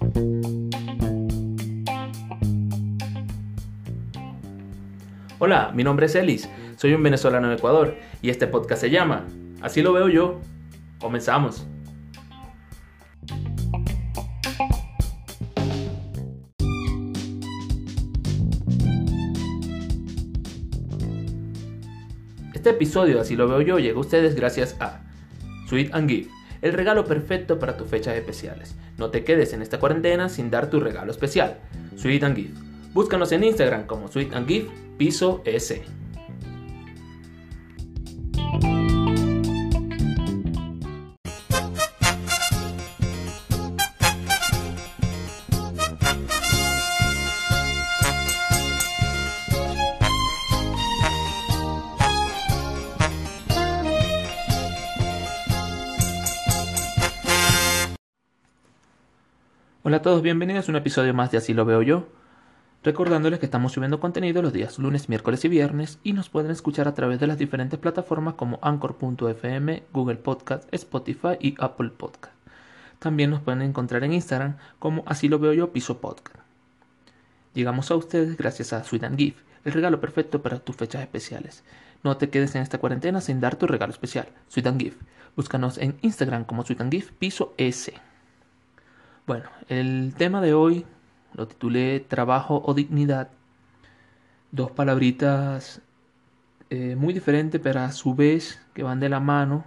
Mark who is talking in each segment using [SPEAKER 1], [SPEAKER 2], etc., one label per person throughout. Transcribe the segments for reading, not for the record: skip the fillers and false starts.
[SPEAKER 1] Hola, mi nombre es Elis, soy un venezolano de Ecuador y este podcast se llama Así lo veo yo. Comenzamos. Este episodio Así lo veo yo llega a ustedes gracias a Sweet and Give, el regalo perfecto para tus fechas especiales. No te quedes en esta cuarentena sin dar tu regalo especial. Sweet and Give. Búscanos en Instagram como Sweet and Give piso S. Hola a todos, bienvenidos a un episodio más de Así lo veo yo. Recordándoles que estamos subiendo contenido los días lunes, miércoles y viernes y nos pueden escuchar a través de las diferentes plataformas como Anchor.fm, Google Podcast, Spotify y Apple Podcast. También nos pueden encontrar en Instagram como Así lo veo yo piso podcast. Llegamos a ustedes gracias a Sweet and Give, el regalo perfecto para tus fechas especiales. No te quedes en esta cuarentena sin dar tu regalo especial. Sweet and Give. Búscanos en Instagram como Sweet and Give piso S. Bueno, el tema de hoy lo titulé Trabajo o Dignidad. Dos palabritas muy diferentes, pero a su vez que van de la mano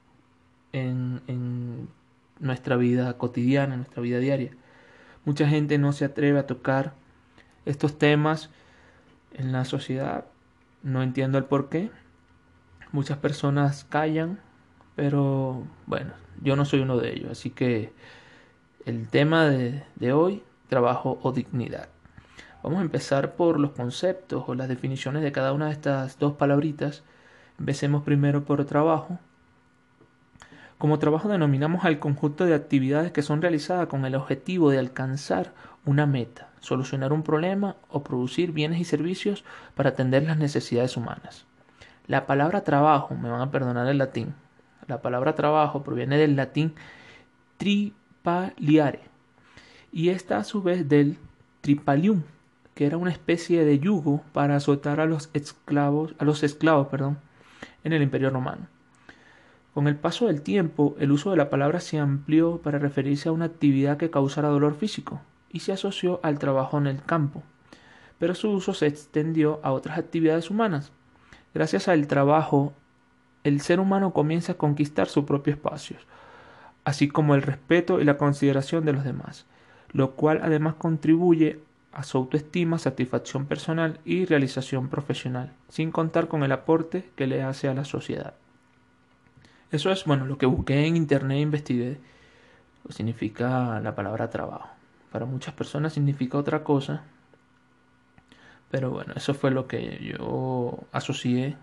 [SPEAKER 1] en nuestra vida cotidiana, en nuestra vida diaria. Mucha gente no se atreve a tocar estos temas en la sociedad. No entiendo el por qué. Muchas personas callan, pero bueno, yo no soy uno de ellos, así que el tema de hoy, trabajo o dignidad. Vamos a empezar por los conceptos o las definiciones de cada una de estas dos palabritas. Empecemos primero por trabajo. Como trabajo denominamos al conjunto de actividades que son realizadas con el objetivo de alcanzar una meta, solucionar un problema o producir bienes y servicios para atender las necesidades humanas. La palabra trabajo, me van a perdonar el latín, la palabra trabajo proviene del latín tripaliare y esta a su vez del tripalium, que era una especie de yugo para azotar a los esclavos, en el Imperio Romano. Con el paso del tiempo, el uso de la palabra se amplió para referirse a una actividad que causara dolor físico y se asoció al trabajo en el campo, pero su uso se extendió a otras actividades humanas. Gracias al trabajo, el ser humano comienza a conquistar su propio espacio, así como el respeto y la consideración de los demás, lo cual además contribuye a su autoestima, satisfacción personal y realización profesional, sin contar con el aporte que le hace a la sociedad. Eso es, lo que busqué en internet e investigué, lo que significa la palabra trabajo. Para muchas personas significa otra cosa, pero bueno, eso fue lo que yo asocié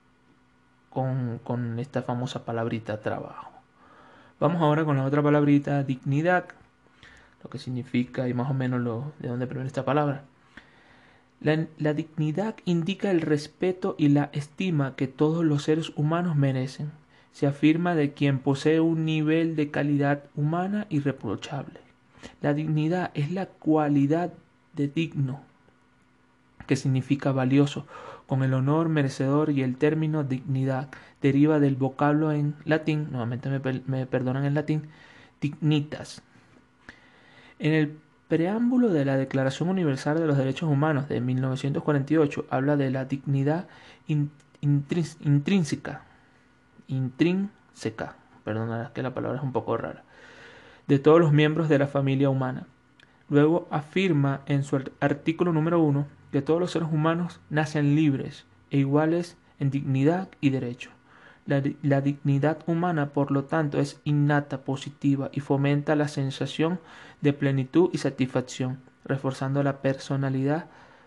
[SPEAKER 1] con esta famosa palabrita trabajo. Vamos ahora con la otra palabrita, dignidad, lo que significa y más o menos de dónde proviene esta palabra. La dignidad indica el respeto y la estima que todos los seres humanos merecen. Se afirma de quien posee un nivel de calidad humana irreprochable. La dignidad es la cualidad de digno, que significa valioso, con el honor merecedor, y el término dignidad deriva del vocablo en latín, nuevamente me perdonan el latín, dignitas. En el preámbulo de la Declaración Universal de los Derechos Humanos de 1948 habla de la dignidad intrínseca, perdona que la palabra es un poco rara, de todos los miembros de la familia humana. Luego afirma en su artículo número 1 que todos los seres humanos nacen libres e iguales en dignidad y derecho. La dignidad humana, por lo tanto, es innata, positiva y fomenta la sensación de plenitud y satisfacción, reforzando la personalidad.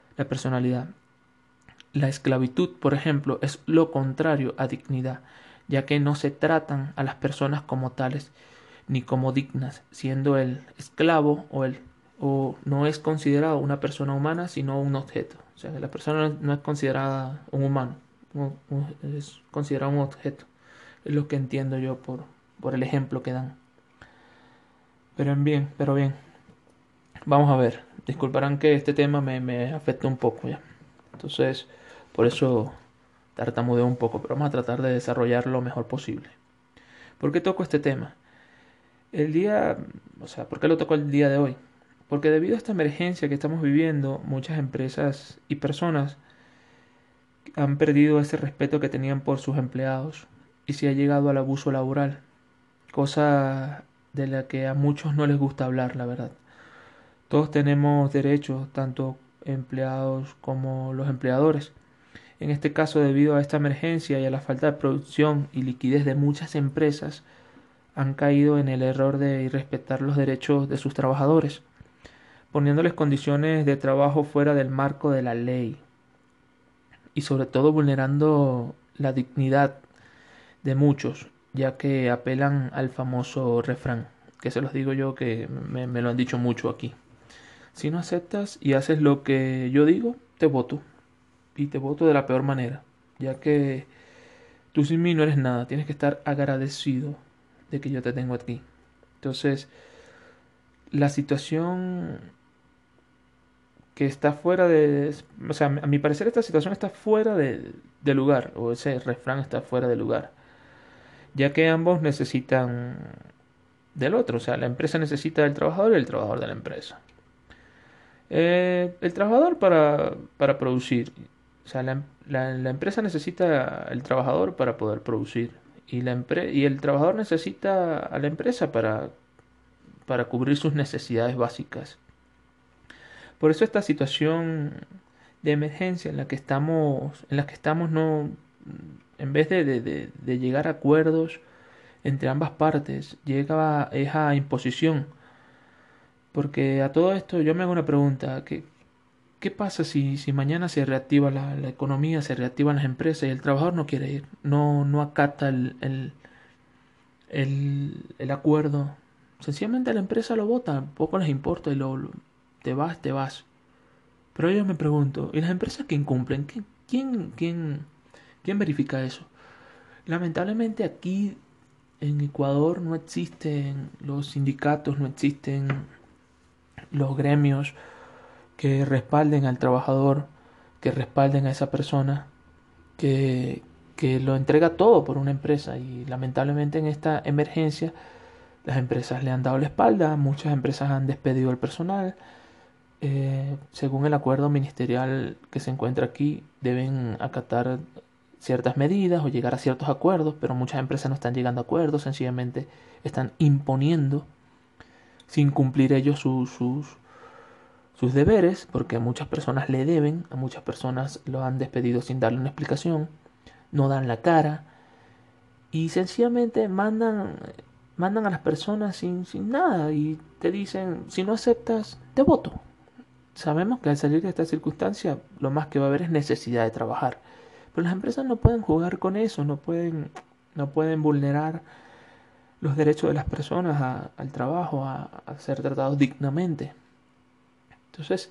[SPEAKER 1] La esclavitud, por ejemplo, es lo contrario a dignidad, ya que no se tratan a las personas como tales ni como dignas, siendo el esclavo o no es considerado una persona humana, sino un objeto. O sea, la persona no es considerada un humano, es considerado un objeto. Es lo que entiendo yo por el ejemplo que dan. Pero bien. Vamos a ver, disculparán que este tema me afecta un poco ya. Entonces, por eso tartamudeo un poco, pero vamos a tratar de desarrollarlo lo mejor posible. ¿Por qué toco este tema? El día, ¿por qué lo toco el día de hoy? Porque debido a esta emergencia que estamos viviendo, muchas empresas y personas han perdido ese respeto que tenían por sus empleados y se ha llegado al abuso laboral, cosa de la que a muchos no les gusta hablar, la verdad. Todos tenemos derechos, tanto empleados como los empleadores. En este caso, debido a esta emergencia y a la falta de producción y liquidez de muchas empresas, han caído en el error de irrespetar los derechos de sus trabajadores, poniéndoles condiciones de trabajo fuera del marco de la ley y sobre todo vulnerando la dignidad de muchos, ya que apelan al famoso refrán, que se los digo yo que me lo han dicho mucho aquí. Si no aceptas y haces lo que yo digo, te voto. Y te voto de la peor manera, ya que tú sin mí no eres nada. Tienes que estar agradecido de que yo te tengo aquí. Entonces, la situación que está fuera de... O sea, a mi parecer esta situación está fuera de lugar, o ese refrán está fuera de lugar, ya que ambos necesitan del otro. O sea, la empresa necesita del trabajador y el trabajador de la empresa. El trabajador para producir. O sea, la empresa necesita el trabajador para poder producir. Y el trabajador necesita a la empresa para cubrir sus necesidades básicas. Por eso esta situación de emergencia en la que estamos no, en vez de llegar a acuerdos entre ambas partes, es a imposición. Porque a todo esto yo me hago una pregunta, ¿qué pasa si mañana se reactiva la economía, se reactivan las empresas y el trabajador no quiere ir, no acata el acuerdo? Sencillamente la empresa lo vota, poco les importa y te vas, te vas. Pero yo me pregunto, ¿y las empresas que incumplen? ¿Quién verifica eso? Lamentablemente aquí en Ecuador no existen los sindicatos, no existen los gremios que respalden al trabajador, que respalden a esa persona, que, que lo entrega todo por una empresa. Y lamentablemente en esta emergencia las empresas le han dado la espalda, muchas empresas han despedido al personal. Según el acuerdo ministerial que se encuentra aquí, deben acatar ciertas medidas o llegar a ciertos acuerdos, pero muchas empresas no están llegando a acuerdos, sencillamente están imponiendo sin cumplir ellos sus deberes, porque a muchas personas le deben, a muchas personas lo han despedido sin darle una explicación, no dan la cara y sencillamente mandan a las personas sin nada y te dicen, si no aceptas, te voto. Sabemos que al salir de esta circunstancia lo más que va a haber es necesidad de trabajar, pero las empresas no pueden jugar con eso, no pueden vulnerar los derechos de las personas al trabajo, a ser tratados dignamente. Entonces,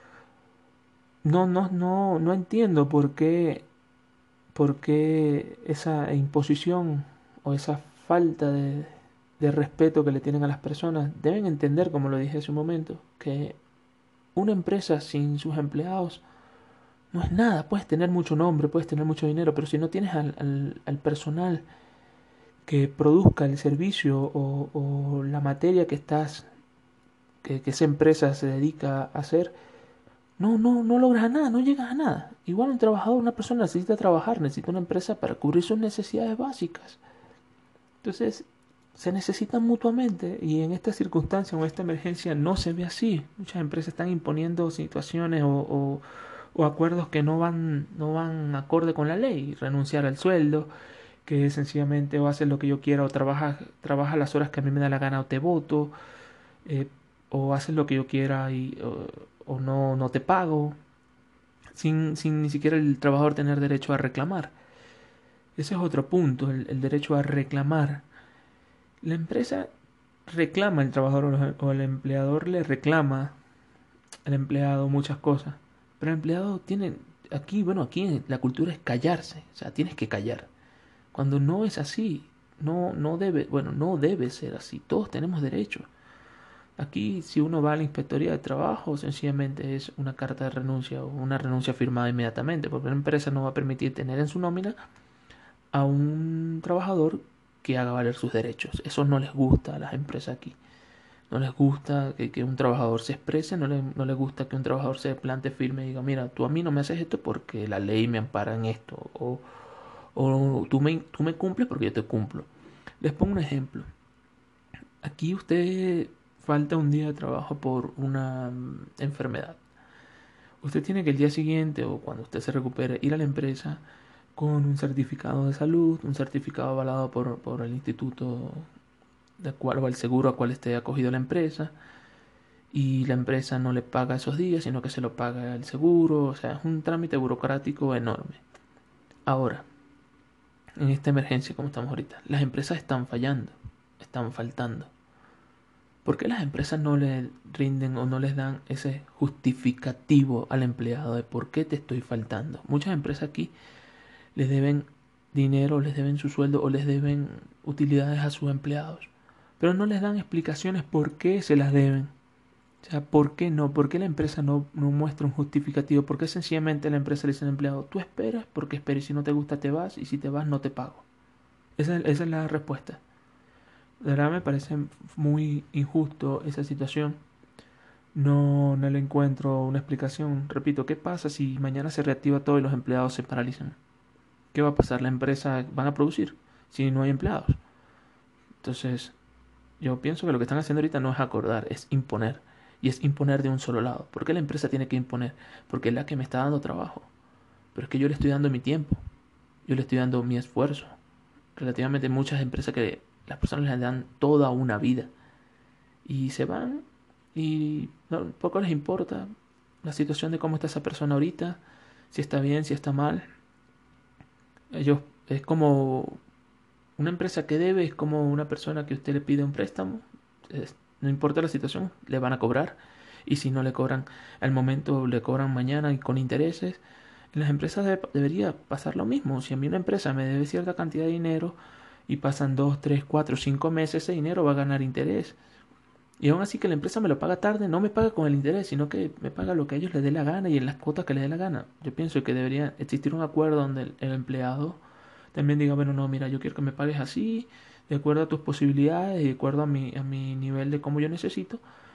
[SPEAKER 1] no entiendo por qué esa imposición o esa falta de respeto que le tienen a las personas. Deben entender, como lo dije hace un momento, que una empresa sin sus empleados no es nada. Puedes tener mucho nombre, puedes tener mucho dinero, pero si no tienes al personal que produzca el servicio o la materia que esa empresa se dedica a hacer, no logras nada, no llegas a nada. Igual un trabajador, una persona necesita trabajar, necesita una empresa para cubrir sus necesidades básicas. Entonces, se necesitan mutuamente y en esta circunstancia o en esta emergencia no se ve así. Muchas empresas están imponiendo situaciones o acuerdos que no van acorde con la ley. Renunciar al sueldo, que sencillamente o haces lo que yo quiera o trabaja las horas que a mí me da la gana o te voto, eh, o haces lo que yo quiera o no te pago, sin ni siquiera el trabajador tener derecho a reclamar. Ese es otro punto, el derecho a reclamar. La empresa reclama al trabajador o el empleador le reclama al empleado muchas cosas, pero el empleado tiene, aquí la cultura es callarse, o sea, tienes que callar. Cuando no es así, no debe ser así, todos tenemos derecho. Aquí, si uno va a la inspectoría de trabajo, sencillamente es una carta de renuncia o una renuncia firmada inmediatamente, porque la empresa no va a permitir tener en su nómina a un trabajador que haga valer sus derechos. Eso no les gusta a las empresas aquí. No les gusta que un trabajador se exprese, no les gusta que un trabajador se plante firme y diga, mira, tú a mí no me haces esto porque la ley me ampara en esto, o tú me cumples porque yo te cumplo. Les pongo un ejemplo. Aquí usted falta un día de trabajo por una enfermedad. Usted tiene que el día siguiente o cuando usted se recupere ir a la empresa con un certificado de salud, un certificado avalado por el instituto de cual, o el seguro a cual esté acogido la empresa, y la empresa no le paga esos días, sino que se lo paga el seguro. O sea, es un trámite burocrático enorme. Ahora, en esta emergencia como estamos ahorita, las empresas están fallando, están faltando. ¿Por qué las empresas no le rinden o no les dan ese justificativo al empleado de por qué te estoy faltando? Muchas empresas aquí les deben dinero, les deben su sueldo o les deben utilidades a sus empleados, pero no les dan explicaciones por qué se las deben. O sea, ¿por qué no? ¿Por qué la empresa no muestra un justificativo? ¿Por qué sencillamente la empresa le dice al empleado, tú esperas porque esperes, si no te gusta te vas y si te vas no te pago? Esa es la respuesta. De verdad me parece muy injusto esa situación. No le encuentro una explicación. Repito, ¿qué pasa si mañana se reactiva todo y los empleados se paralizan? ¿Qué va a pasar? ¿La empresa van a producir si no hay empleados? Entonces, yo pienso que lo que están haciendo ahorita no es acordar, es imponer. Y es imponer de un solo lado. ¿Por qué la empresa tiene que imponer? Porque es la que me está dando trabajo. Pero es que yo le estoy dando mi tiempo. Yo le estoy dando mi esfuerzo. Relativamente muchas empresas que las personas les dan toda una vida. Y se van y no, poco les importa la situación de cómo está esa persona ahorita, si está bien, si está mal. Ellos es como una empresa que debe, es como una persona que usted le pide un préstamo. No importa la situación, le van a cobrar. Y si no le cobran al momento, le cobran mañana y con intereses. En las empresas debería pasar lo mismo. Si a mí una empresa me debe cierta cantidad de dinero y pasan 2, 3, 4, 5 meses, ese dinero va a ganar interés. Y aún así que la empresa me lo paga tarde, no me paga con el interés, sino que me paga lo que a ellos les dé la gana y en las cuotas que les dé la gana. Yo pienso que debería existir un acuerdo donde el empleado también diga, bueno, no, mira, yo quiero que me pagues así, de acuerdo a tus posibilidades y de acuerdo a mi nivel de cómo yo necesito.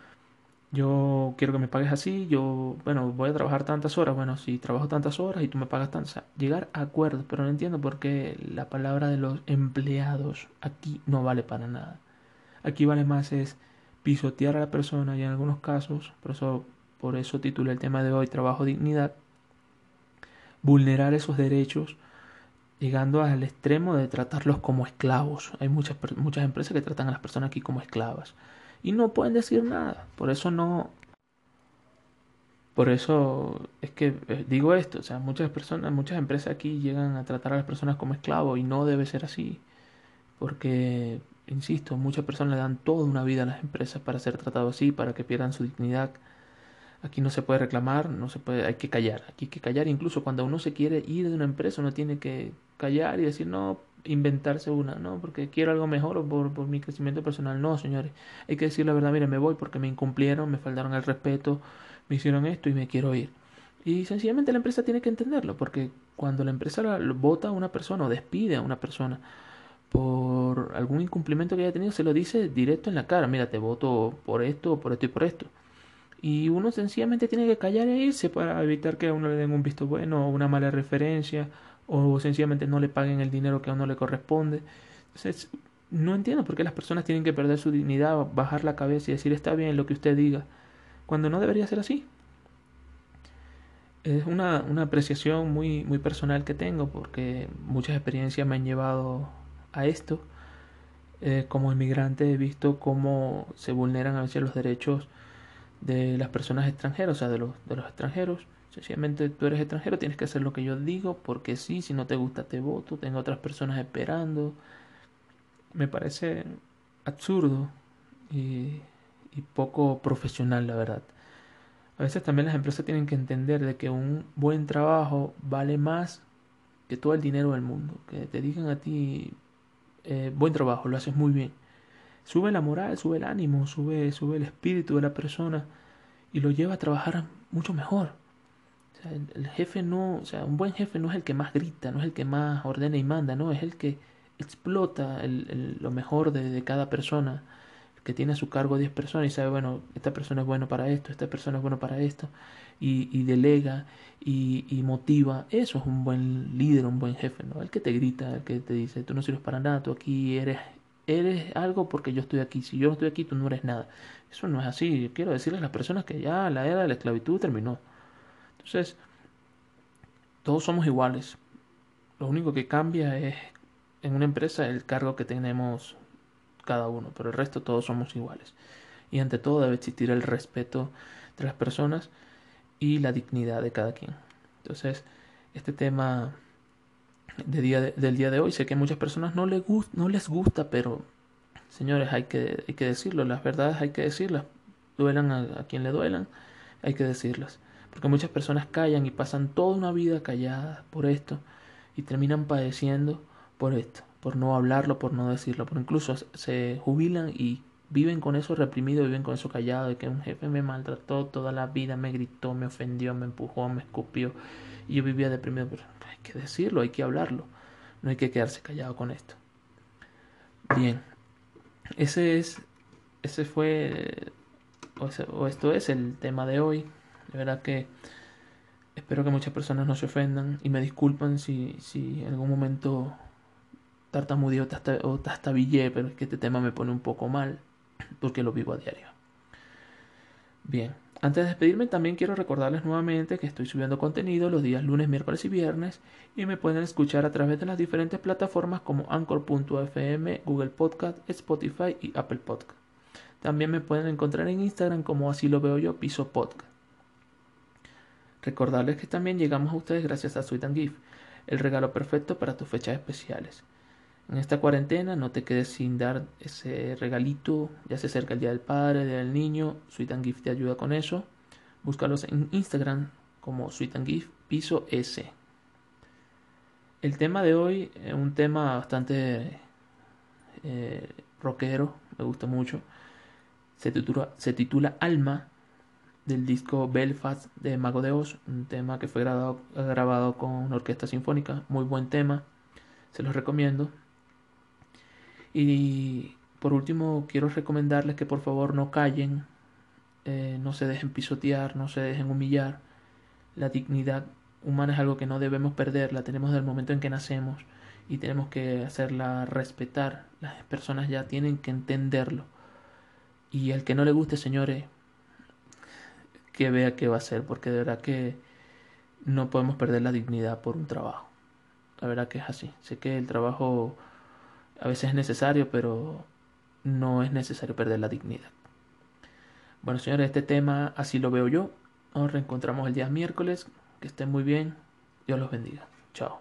[SPEAKER 1] Yo quiero que me pagues así, yo, bueno, voy a trabajar tantas horas, bueno, si trabajo tantas horas y tú me pagas tantas. O sea, llegar a acuerdos, pero no entiendo por qué la palabra de los empleados aquí no vale para nada. Aquí vale más es pisotear a la persona y en algunos casos, por eso titulé el tema de hoy, trabajo dignidad, vulnerar esos derechos llegando al extremo de tratarlos como esclavos. Hay muchas empresas que tratan a las personas aquí como esclavas y no pueden decir nada. Por eso es que digo esto, o sea, muchas personas, muchas empresas aquí llegan a tratar a las personas como esclavos y no debe ser así, porque, insisto, muchas personas le dan toda una vida a las empresas para ser tratados así, para que pierdan su dignidad. Aquí no se puede reclamar, no se puede, hay que callar, aquí hay que callar, incluso cuando uno se quiere ir de una empresa, uno tiene que callar y decir, no, inventarse una, no, porque quiero algo mejor o por mi crecimiento personal. No, señores, hay que decir la verdad, mire, me voy porque me incumplieron, me faltaron el respeto, me hicieron esto y me quiero ir. Y sencillamente la empresa tiene que entenderlo, porque cuando la empresa vota a una persona o despide a una persona por algún incumplimiento que haya tenido, se lo dice directo en la cara, mira, te voto por esto, por esto y por esto. Y uno sencillamente tiene que callar e irse para evitar que a uno le den un visto bueno o una mala referencia o sencillamente no le paguen el dinero que a uno le corresponde. Entonces, no entiendo por qué las personas tienen que perder su dignidad, bajar la cabeza y decir está bien lo que usted diga, cuando no debería ser así. Es una apreciación muy personal que tengo porque muchas experiencias me han llevado a esto. Como inmigrante he visto cómo se vulneran a veces los derechos de las personas extranjeras, o sea, de los extranjeros. Sencillamente tú eres extranjero, tienes que hacer lo que yo digo, porque sí, si no te gusta te voto, tengo otras personas esperando. Me parece absurdo y, y poco profesional, la verdad. A veces también las empresas tienen que entender de que un buen trabajo vale más que todo el dinero del mundo. Que te digan a ti, buen trabajo, lo haces muy bien. sube la moral, sube el ánimo, sube el espíritu de la persona y lo lleva a trabajar mucho mejor. O sea, el jefe no, o sea, un buen jefe no es el que más grita, no es el que más ordena y manda, no, es el que explota lo mejor de cada persona, que tiene a su cargo 10 personas y sabe, bueno, esta persona es bueno para esto, esta persona es bueno para esto, y delega y motiva. Eso es un buen líder, un buen jefe, ¿no? El que te grita, el que te dice, tú no sirves para nada, tú aquí eres algo porque yo estoy aquí, si yo no estoy aquí, tú no eres nada. Eso no es así. Yo quiero decirles a las personas que ya la era de la esclavitud terminó. Entonces, todos somos iguales. Lo único que cambia es en una empresa el cargo que tenemos cada uno, pero el resto todos somos iguales. Y ante todo debe existir el respeto de las personas y la dignidad de cada quien. Entonces, este tema del día de hoy, sé que a muchas personas no les gusta, pero señores, hay que decirlo, las verdades hay que decirlas, duelan a quien le duelan, hay que decirlas. Porque muchas personas callan y pasan toda una vida calladas por esto y terminan padeciendo por esto, por no hablarlo, por no decirlo, por incluso se jubilan y viven con eso reprimido, viven con eso callado, de que un jefe me maltrató toda la vida, me gritó, me ofendió, me empujó, me escupió y yo vivía deprimido. Pero hay que decirlo, hay que hablarlo, no hay que quedarse callado con esto. Bien, ese fue esto es el tema de hoy. De verdad que espero que muchas personas no se ofendan y me disculpan si en algún momento tartamudeé o trastabillé, pero es que este tema me pone un poco mal porque lo vivo a diario. Bien, antes de despedirme también quiero recordarles nuevamente que estoy subiendo contenido los días lunes, miércoles y viernes y me pueden escuchar a través de las diferentes plataformas como Anchor.fm, Google Podcast, Spotify y Apple Podcast. También me pueden encontrar en Instagram como Así Lo Veo Yo, Piso Podcast. Recordarles que también llegamos a ustedes gracias a Sweet and Gift, el regalo perfecto para tus fechas especiales. En esta cuarentena no te quedes sin dar ese regalito, ya se acerca el Día del Padre, el Día del Niño, Sweet and Gift te ayuda con eso. Búscalos en Instagram como Sweet and Gift, Piso S. El tema de hoy es un tema bastante rockero, me gusta mucho. Se titula Alma, del disco Belfast de Mago de Oz, un tema que fue grabado con una orquesta sinfónica, muy buen tema, se los recomiendo. Y por último quiero recomendarles que por favor no callen, no se dejen pisotear, no se dejen humillar. La dignidad humana es algo que no debemos perder, la tenemos desde el momento en que nacemos y tenemos que hacerla respetar. Las personas ya tienen que entenderlo. Y al que no le guste, señores, que vea qué va a hacer, porque de verdad que no podemos perder la dignidad por un trabajo. La verdad que es así. Sé que el trabajo a veces es necesario, pero no es necesario perder la dignidad. Bueno, señores, este tema así lo veo yo. Nos reencontramos el día miércoles. Que estén muy bien. Dios los bendiga. Chao.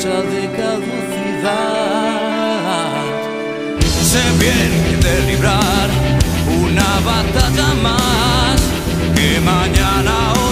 [SPEAKER 2] fecha de caducidad. Se viene de librar una batalla más que mañana